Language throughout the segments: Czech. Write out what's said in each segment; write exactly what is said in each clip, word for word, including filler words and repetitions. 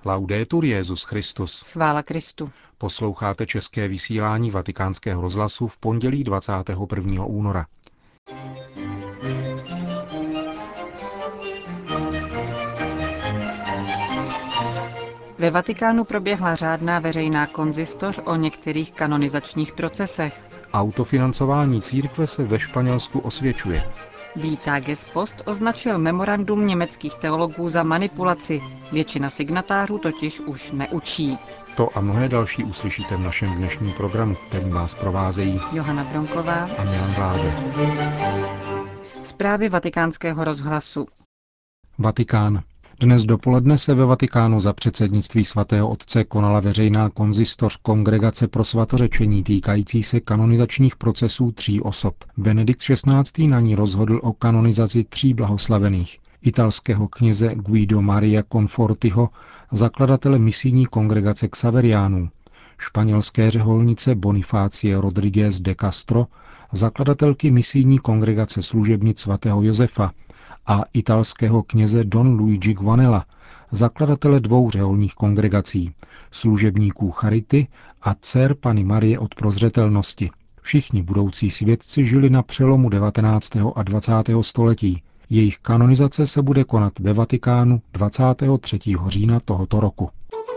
Laudetur Jesus Christus. Chvála Kristu. Posloucháte české vysílání Vatikánského rozhlasu v pondělí dvacátého prvního února. Ve Vatikánu proběhla řádná veřejná konzistoř o některých kanonizačních procesech. Autofinancování církve se ve Španělsku osvědčuje. Die Tagespost označil memorandum německých teologů za manipulaci. Většina signatářů totiž už neučí. To a mnohé další uslyšíte v našem dnešním programu, který vás provázejí Johana Bronková a Milan Glázer. Zprávy Vatikánského rozhlasu. Vatikán. Dnes dopoledne se ve Vatikánu za předsednictví svatého otce konala veřejná konzistoř Kongregace pro svatořečení týkající se kanonizačních procesů tří osob. Benedikt šestnáctý na ní rozhodl o kanonizaci tří blahoslavených. Italského kněze Guido Maria Confortiho, zakladatele misijní kongregace Xaveriánů, španělské řeholnice Bonifácie Rodríguez de Castro, zakladatelky misijní kongregace služebnic svatého Josefa, a italského kněze Don Luigi Guanella, zakladatele dvou řeholních kongregací, služebníků Charity a dcer Panny Marie od prozřetelnosti. Všichni budoucí svědci žili na přelomu devatenáctého a dvacátého století. Jejich kanonizace se bude konat ve Vatikánu dvacátého třetího října tohoto roku.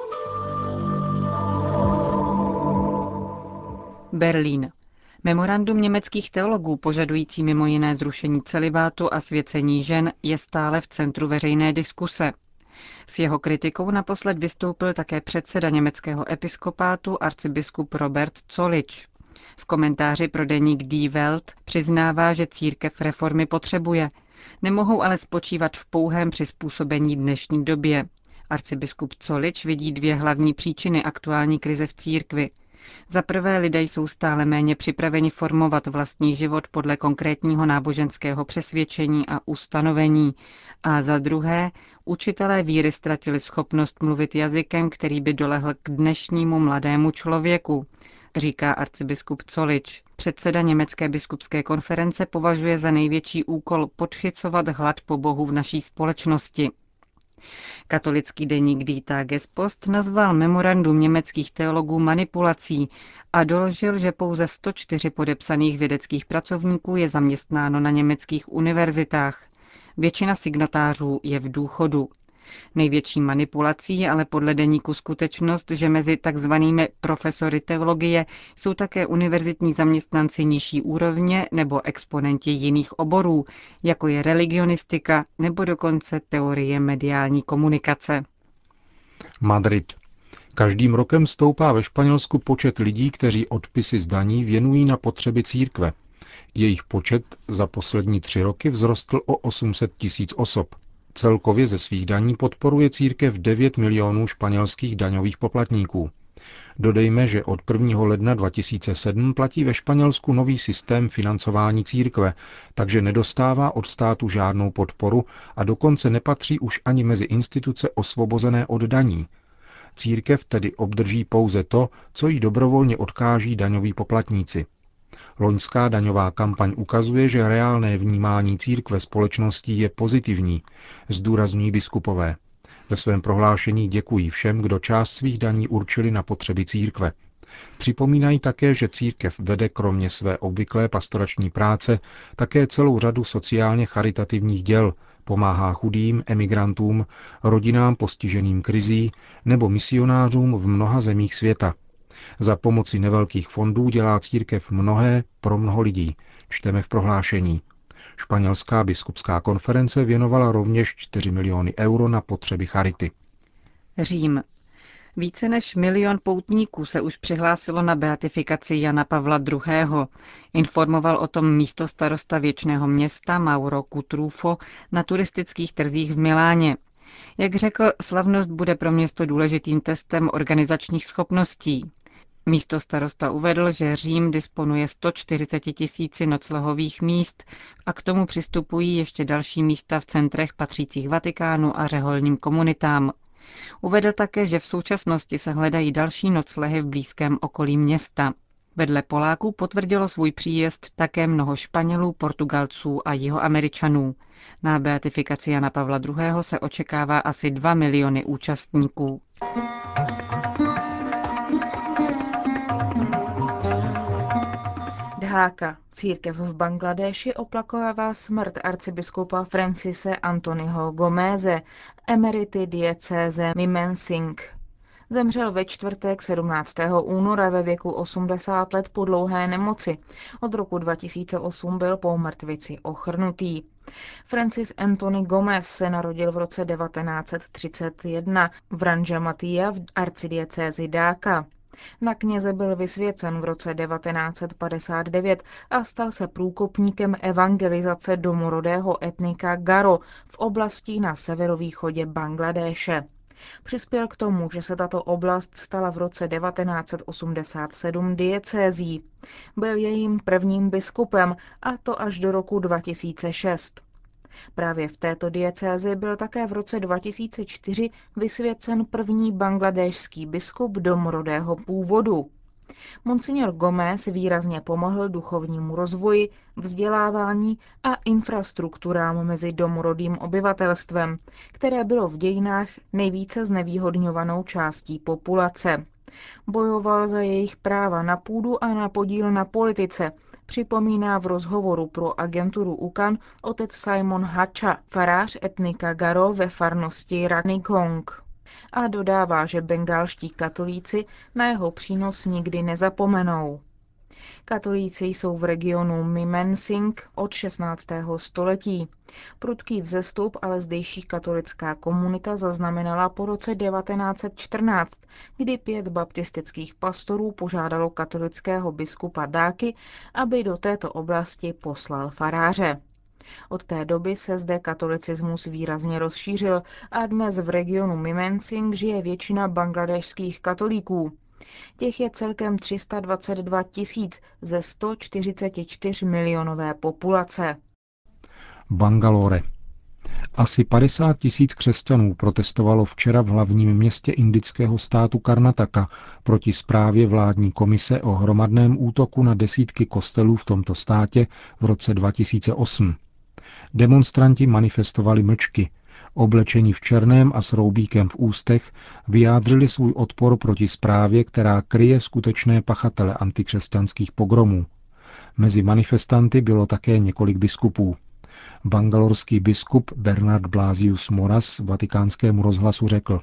Berlín. Memorandum německých teologů požadující mimo jiné zrušení celibátu a svěcení žen je stále v centru veřejné diskuse. S jeho kritikou naposled vystoupil také předseda německého episkopátu arcibiskup Robert Zollitsch. V komentáři pro deník Die Welt přiznává, že církev reformy potřebuje, nemohou ale spočívat v pouhém přizpůsobení dnešní době. Arcibiskup Zollitsch vidí dvě hlavní příčiny aktuální krize v církvi. Za prvé, lidé jsou stále méně připraveni formovat vlastní život podle konkrétního náboženského přesvědčení a ustanovení. A za druhé, učitelé víry ztratili schopnost mluvit jazykem, který by dolehl k dnešnímu mladému člověku, říká arcibiskup Zollitsch. Předseda Německé biskupské konference považuje za největší úkol podchycovat hlad po Bohu v naší společnosti. Katolický deník Die Tagespost nazval memorandum německých teologů manipulací a doložil, že pouze sto čtyři podepsaných vědeckých pracovníků je zaměstnáno na německých univerzitách. Většina signatářů je v důchodu. Největší manipulací je ale podle deníku skutečnost, že mezi takzvanými profesory teologie jsou také univerzitní zaměstnanci nižší úrovně nebo exponenti jiných oborů, jako je religionistika nebo dokonce teorie mediální komunikace. Madrid. Každým rokem stoupá ve Španělsku počet lidí, kteří odpisy z daní věnují na potřeby církve. Jejich počet za poslední tři roky vzrostl o osm set tisíc osob. Celkově ze svých daní podporuje církev devět milionů španělských daňových poplatníků. Dodejme, že od prvního ledna dva tisíce sedm platí ve Španělsku nový systém financování církve, takže nedostává od státu žádnou podporu a dokonce nepatří už ani mezi instituce osvobozené od daní. Církev tedy obdrží pouze to, co jí dobrovolně odkáží daňoví poplatníci. Loňská daňová kampaň ukazuje, že reálné vnímání církve společností je pozitivní, zdůrazňují biskupové. Ve svém prohlášení děkují všem, kdo část svých daní určili na potřeby církve. Připomínají také, že církev vede kromě své obvyklé pastorační práce také celou řadu sociálně charitativních děl, pomáhá chudým, emigrantům, rodinám postiženým krizí nebo misionářům v mnoha zemích světa. Za pomoci nevelkých fondů dělá církev mnohé pro mnoho lidí, čteme v prohlášení. Španělská biskupská konference věnovala rovněž čtyři miliony euro na potřeby charity. Řím. Více než milion poutníků se už přihlásilo na beatifikaci Jana Pavla druhého. Informoval o tom místostarosta Věčného Města Mauro Cutrufo na turistických trzích v Miláně. Jak řekl, slavnost bude pro město důležitým testem organizačních schopností. Místostarosta uvedl, že Řím disponuje sto čtyřicet tisíci noclehových míst a k tomu přistupují ještě další místa v centrech patřících Vatikánu a řeholním komunitám. Uvedl také, že v současnosti se hledají další noclehy v blízkém okolí města. Vedle Poláků potvrdilo svůj příjezd také mnoho Španělů, Portugalců a Jihoameričanů. Na beatifikaci Jana Pavla druhého. se očekává asi dva miliony účastníků. Dháka. Církev v Bangladéši oplakovává smrt arcibiskupa Francise Antonyho Goméze, emerity diecéze Mymensingh. Zemřel ve čtvrtek sedmnáctého února ve věku osmdesáti let po dlouhé nemoci. Od roku dva tisíce osm byl po mrtvici ochrnutý. Francis Anthony Gomez se narodil v roce devatenáct set třicet jedna v Ranjamatia v arcidiecézi Dháka. Na kněze byl vysvěcen v roce devatenáct set padesát devět a stal se průkopníkem evangelizace domorodého etnika Garo v oblasti na severovýchodě Bangladéše. Přispěl k tomu, že se tato oblast stala v roce devatenáct set osmdesát sedm diecézí. Byl jejím prvním biskupem, a to až do roku dva tisíce šest. Právě v této diecézi byl také v roce dva tisíce čtyři vysvěcen první bangladéšský biskup domorodého původu. Monsignor Gomez výrazně pomohl duchovnímu rozvoji, vzdělávání a infrastrukturám mezi domorodým obyvatelstvem, které bylo v dějinách nejvíce znevýhodňovanou částí populace. Bojoval za jejich práva na půdu a na podíl na politice, připomíná v rozhovoru pro agenturu U K A N otec Simon Hacha, farář etnika Garo ve farnosti Ranigong. A dodává, že bengálští katolíci na jeho přínos nikdy nezapomenou. Katolíci jsou v regionu Mymensingh od šestnáctého století. Prudký vzestup ale zdejší katolická komunita zaznamenala po roce devatenáct set čtrnáct, kdy pět baptistických pastorů požádalo katolického biskupa Dháky, aby do této oblasti poslal faráře. Od té doby se zde katolicismus výrazně rozšířil a dnes v regionu Mymensingh žije většina bangladéšských katolíků. Těch je celkem tři sta dvacet dva tisíc ze sto čtyřicet čtyři milionové populace. Bangalore. Asi padesát tisíc křesťanů protestovalo včera v hlavním městě indického státu Karnataka proti zprávě vládní komise o hromadném útoku na desítky kostelů v tomto státě v roce dva tisíce osm. Demonstranti manifestovali mlčky. Oblečení v černém a s roubíkem v ústech vyjádřili svůj odpor proti zprávě, která kryje skutečné pachatele antikřesťanských pogromů. Mezi manifestanty bylo také několik biskupů. Bangalorský biskup Bernard Blasius Moras vatikánskému rozhlasu řekl: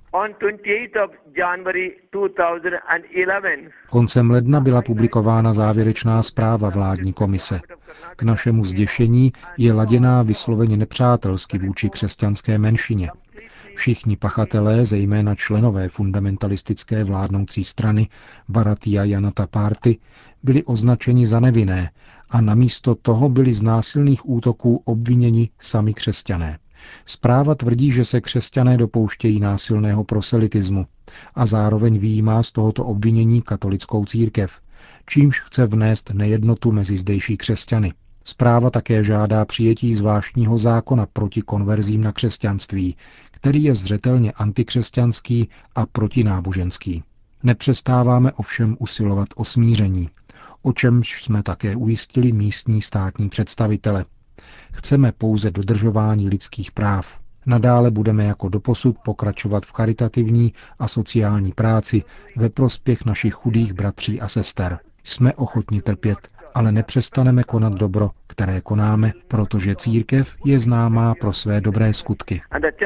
Koncem ledna byla publikována závěrečná zpráva vládní komise. K našemu zděšení je laděná vysloveně nepřátelsky vůči křesťanské menšině. Všichni pachatelé, zejména členové fundamentalistické vládnoucí strany Bharatiya Janata Party, byli označeni za nevinné a namísto toho byli z násilných útoků obviněni sami křesťané. Zpráva tvrdí, že se křesťané dopouštějí násilného proselitismu a zároveň vyjímá z tohoto obvinění katolickou církev, čímž chce vnést nejednotu mezi zdejší křesťany. Zpráva také žádá přijetí zvláštního zákona proti konverzím na křesťanství, který je zřetelně antikřesťanský a protináboženský. Nepřestáváme ovšem usilovat o smíření, o čemž jsme také ujistili místní státní představitele. Chceme pouze dodržování lidských práv. Nadále budeme jako doposud pokračovat v charitativní a sociální práci ve prospěch našich chudých bratří a sester. Jsme ochotni trpět, ale nepřestaneme konat dobro, které konáme, protože církev je známá pro své dobré skutky,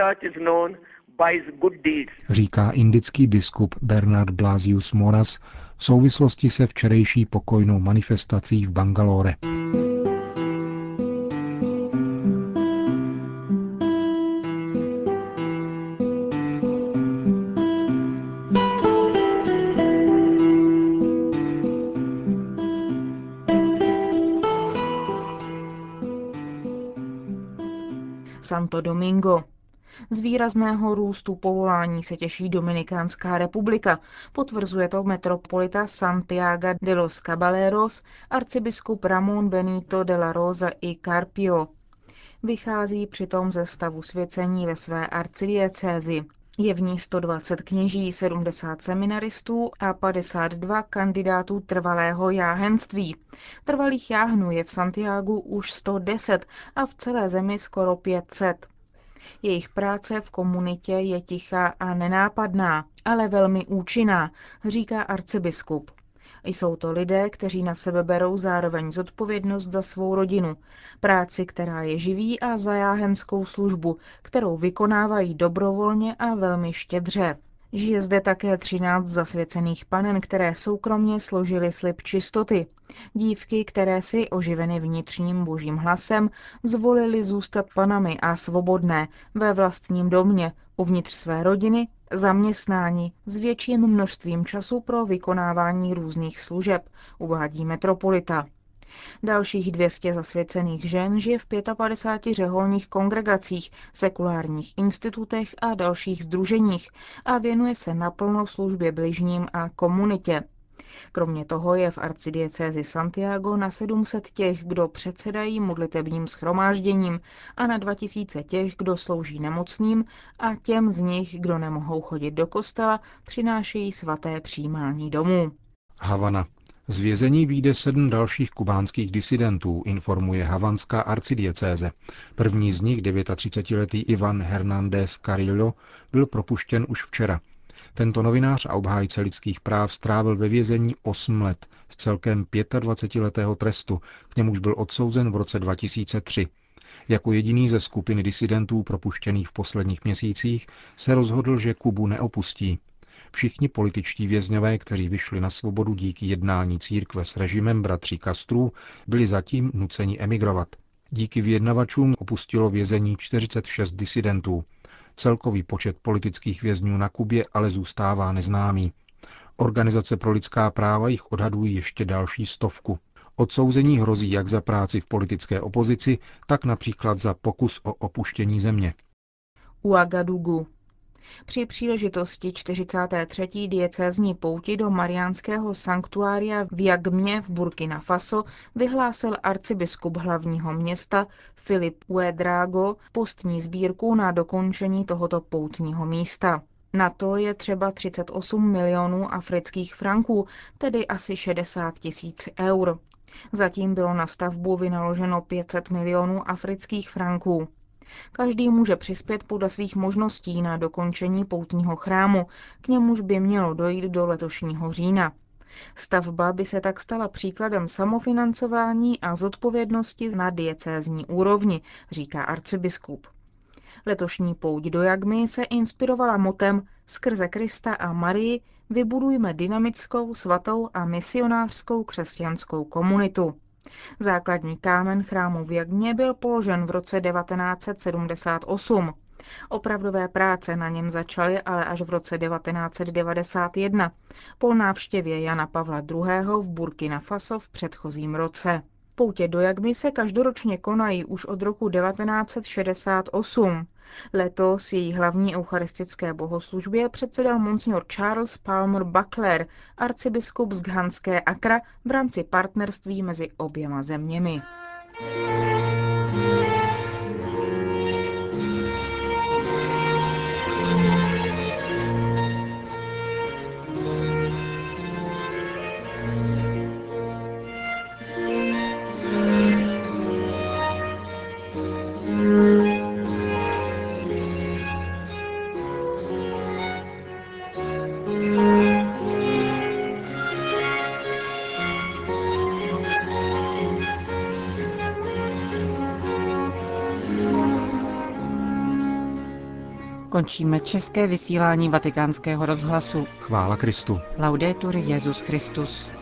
říká indický biskup Bernard Blasius Moras v souvislosti se včerejší pokojnou manifestací v Bangalore. Santo Domingo. Z výrazného růstu povolání se těší Dominikánská republika, potvrzuje to metropolita Santiago de los Caballeros, arcibiskup Ramón Benito de la Rosa y Carpio. Vychází přitom ze stavu svěcení ve své arcidiecézi. Je v ní sto dvacet kněží, sedmdesát seminaristů a padesát dva kandidátů trvalého jáhenství. Trvalých jáhnů je v Santiagu už sto deset a v celé zemi skoro pět set. Jejich práce v komunitě je tichá a nenápadná, ale velmi účinná, říká arcibiskup. Jsou to lidé, kteří na sebe berou zároveň zodpovědnost za svou rodinu, práci, která je živí, a za jáhenskou službu, kterou vykonávají dobrovolně a velmi štědře. Žije zde také třináct zasvěcených panen, které soukromně složily slib čistoty. Dívky, které si, oživeny vnitřním božím hlasem, zvolily zůstat panami a svobodné ve vlastním domě, uvnitř své rodiny, zaměstnání s větším množstvím času pro vykonávání různých služeb, uvádí metropolita. Dalších dvě stě zasvěcených žen žije v padesát pěti řeholních kongregacích, sekulárních institutech a dalších sdruženích a věnuje se naplno službě bližním a komunitě. Kromě toho je v arcidiecézi Santiago na sedm set těch, kdo předsedají modlitebním shromážděním, a na dva tisíce těch, kdo slouží nemocným, a těm z nich, kdo nemohou chodit do kostela, přinášejí svaté přijímání domů. Havana. Z vězení vyjde sedm dalších kubánských disidentů, informuje havanská arcidiecéze. První z nich, třicetidevětiletý Ivan Hernández Carrillo, byl propuštěn už včera. Tento novinář a obhájce lidských práv strávil ve vězení osm let z celkem dvacetiletého trestu, k němuž byl odsouzen v roce dva tisíce tři. Jako jediný ze skupiny disidentů propuštěných v posledních měsících se rozhodl, že Kubu neopustí. Všichni političtí vězňové, kteří vyšli na svobodu díky jednání církve s režimem bratří Castrů, byli zatím nuceni emigrovat. Díky vyjednavačům opustilo vězení čtyřicet šest disidentů. Celkový počet politických vězňů na Kubě ale zůstává neznámý. Organizace pro lidská práva jich odhadují ještě další stovku. Odsouzení hrozí jak za práci v politické opozici, tak například za pokus o opuštění země. Ouagadougou. Při příležitosti čtyřicáté třetí diecézní pouti do mariánského sanktuária v Jagmě v Burkina Faso vyhlásil arcibiskup hlavního města Filip Ouedraogo postní sbírku na dokončení tohoto poutního místa. Na to je třeba třicet osm milionů afrických franků, tedy asi šedesát tisíc eur. Zatím bylo na stavbu vynaloženo pět set milionů afrických franků. Každý může přispět podle svých možností na dokončení poutního chrámu, k němuž by mělo dojít do letošního října. Stavba by se tak stala příkladem samofinancování a zodpovědnosti na diecézní úrovni, říká arcibiskup. Letošní pouť do Jagmy se inspirovala motem Skrze Krista a Marii vybudujme dynamickou, svatou a misionářskou křesťanskou komunitu. Základní kámen chrámu v Jagmě byl položen v roce devatenáct set sedmdesát osm. Opravdové práce na něm začaly ale až v roce devatenáct set devadesát jedna, po návštěvě Jana Pavla druhého. v Burkina Faso v předchozím roce. Poutě do Jagmy se každoročně konají už od roku devatenáct set šedesát osm. Letos její hlavní eucharistické bohoslužbě předsedal monsignor Charles Palmer Buckler, arcibiskup z ghanské Accra, v rámci partnerství mezi oběma zeměmi. Končíme české vysílání Vatikánského rozhlasu. Chvála Kristu. Laudetur Jesus Christus.